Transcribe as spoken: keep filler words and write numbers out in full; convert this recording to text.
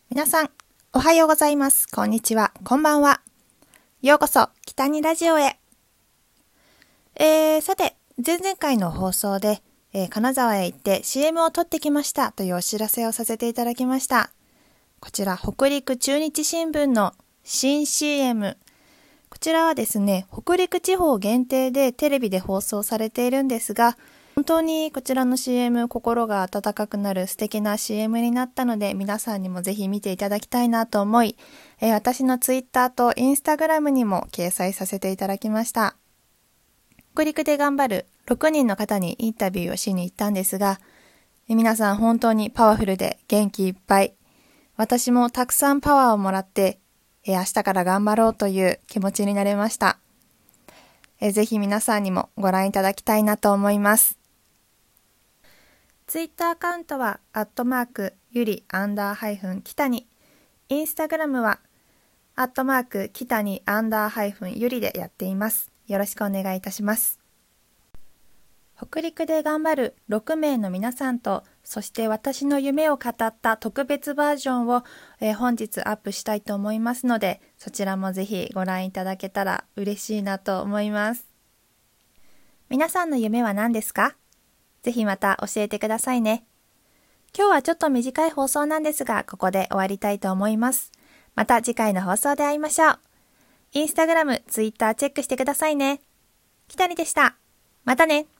皆さん、おはようございます。こんにちは。こんばんは。ようこそ、北にラジオへ。えー、さて、前々回の放送で、えー、金沢へ行って シーエム を撮ってきましたというお知らせをさせていただきました。こちら、北陸中日新聞の新 シーエム。こちらはですね、北陸地方限定でテレビで放送されているんですが、本当にこちらの シーエム、心が温かくなる素敵な シーエム になったので、皆さんにもぜひ見ていただきたいなと思い、えー、私のツイッターとインスタグラムにも掲載させていただきました。北陸で頑張るろくにんの方にインタビューをしに行ったんですが、えー、皆さん本当にパワフルで元気いっぱい。私もたくさんパワーをもらって、えー、明日から頑張ろうという気持ちになれました。えー、ぜひ皆さんにもご覧いただきたいなと思います。ツイッターアカウントは、アットマーク、ゆり、アンダーハイフン、きたに。インスタグラムは、アットマーク、きたに、アンダーハイフン、ゆりでやっています。よろしくお願いいたします。北陸で頑張るろくめいの皆さんと、そして私の夢を語った特別バージョンを、えー、本日アップしたいと思いますので、そちらもぜひご覧いただけたら嬉しいなと思います。皆さんの夢は何ですか？ぜひまた教えてくださいね。今日はちょっと短い放送なんですが、ここで終わりたいと思います。また次回の放送で会いましょう。インスタグラム、ツイッターチェックしてくださいね。きたりでした。またね。